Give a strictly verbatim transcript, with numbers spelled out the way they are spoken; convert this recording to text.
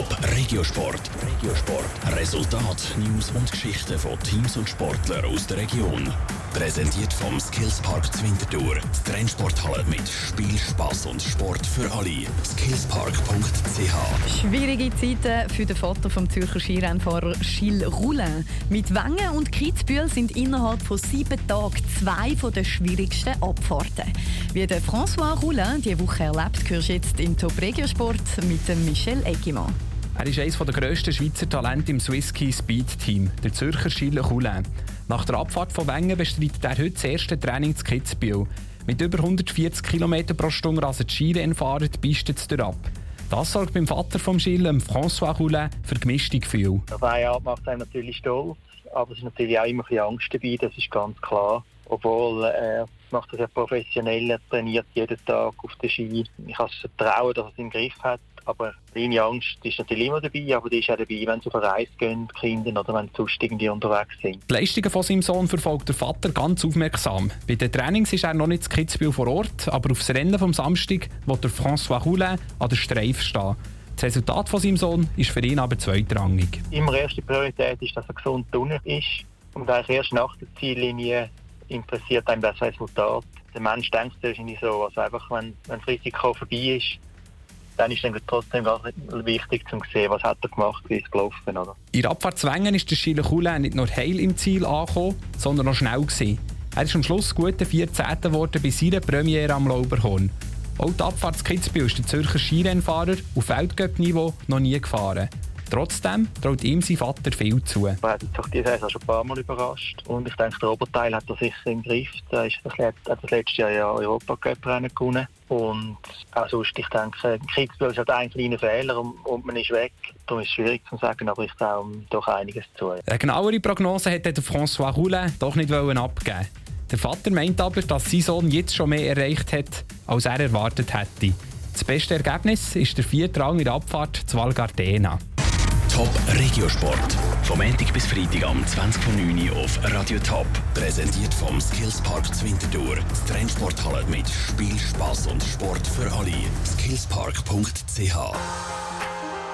Top Regiosport. Regiosport. Resultat, News und Geschichten von Teams und Sportlern aus der Region. Präsentiert vom Skillspark Zwintertour. Die Trennsporthalle mit Spiel, Spass und Sport für alle. skillspark punkt c h. Schwierige Zeiten für den Vater vom Zürcher Skirennfahrer Gilles Roulin. Mit Wengen und Kitzbühel sind innerhalb von sieben Tagen zwei der schwierigsten Abfahrten. Wie der François Roulin diese Woche erlebt, hörst du jetzt im Top Regiosport mit dem Michel Eggimann. Er ist eines der grössten Schweizer Talente im Swisski Speed Team, der Zürcher Gilles Roulin. Nach der Abfahrt von Wengen bestreitet er heute das erste Training zu Kitzbühel. Mit über hundertvierzig Kilometer pro Stunde rasen die Skirennfahrer die Piste ab. Das sorgt beim Vater von Gilles, François Roulin, für gemischte Gefühle. Auf eine Art macht es einem natürlich stolz, aber es ist natürlich auch immer ein bisschen Angst dabei, das ist ganz klar. Obwohl er macht das ja professionell, er trainiert jeden Tag auf den Ski. Ich kann es vertrauen, dass er es im Griff hat. Aber kleine Angst ist natürlich immer dabei, aber die ist auch dabei, wenn sie auf eine Reise gehen, die Kinder, oder wenn sie sonst irgendwie unterwegs sind. Die Leistungen von seinem Sohn verfolgt der Vater ganz aufmerksam. Bei den Trainings ist er noch nicht in Kitzbühel vor Ort, aber aufs Rennen vom Samstag wird der François Roulin an der Streife stehen. Das Resultat von seinem Sohn ist für ihn aber zweitrangig. Immer erste Priorität ist, dass er gesund drinnen ist. Und eigentlich erst nach der Ziellinie interessiert einem das Resultat. Der Mensch denkt wahrscheinlich so, also einfach, wenn, wenn das Risiko vorbei ist, dann ist es trotzdem ganz wichtig, um zu sehen, was hat er gemacht, wie ist es gelaufen. Oder? In der Abfahrt zu Wengen ist der Gilles Roulin nicht nur heil im Ziel angekommen, sondern noch schnell gewesen. Er ist am Schluss guter vierzehnter geworden bei seiner Premiere am Lauberhorn. Auch die Abfahrt zu Kitzbühel ist der Zürcher Skirennfahrer auf Weltcup-Niveau noch nie gefahren. Trotzdem traut ihm sein Vater viel zu. Er hat sich diese Saison schon ein paar Mal überrascht. Und ich denke, der Oberteil hat er sicher im Griff. Er hat das letzte Jahr ja Europacup-Rennen gewonnen. Und auch sonst, ich denke, Kitzbühel ist halt ein kleiner Fehler und, und man ist weg. Darum ist es schwierig zu sagen, aber ich traue ihm doch einiges zu. Eine genauere Prognose hätte der François Roulin doch nicht abgeben. Der Vater meint aber, dass sein Sohn jetzt schon mehr erreicht hat, als er erwartet hätte. Das beste Ergebnis ist der vierte Rang in der Abfahrt zu Val Gardena. Top Regiosport. Vom Montag bis Freitag am zwanzig vor neun Uhr auf Radio Top. Präsentiert vom Skillspark Zwintertour. Die Trennsporthalle mit Spiel, Spass und Sport für alle. skillspark punkt c h.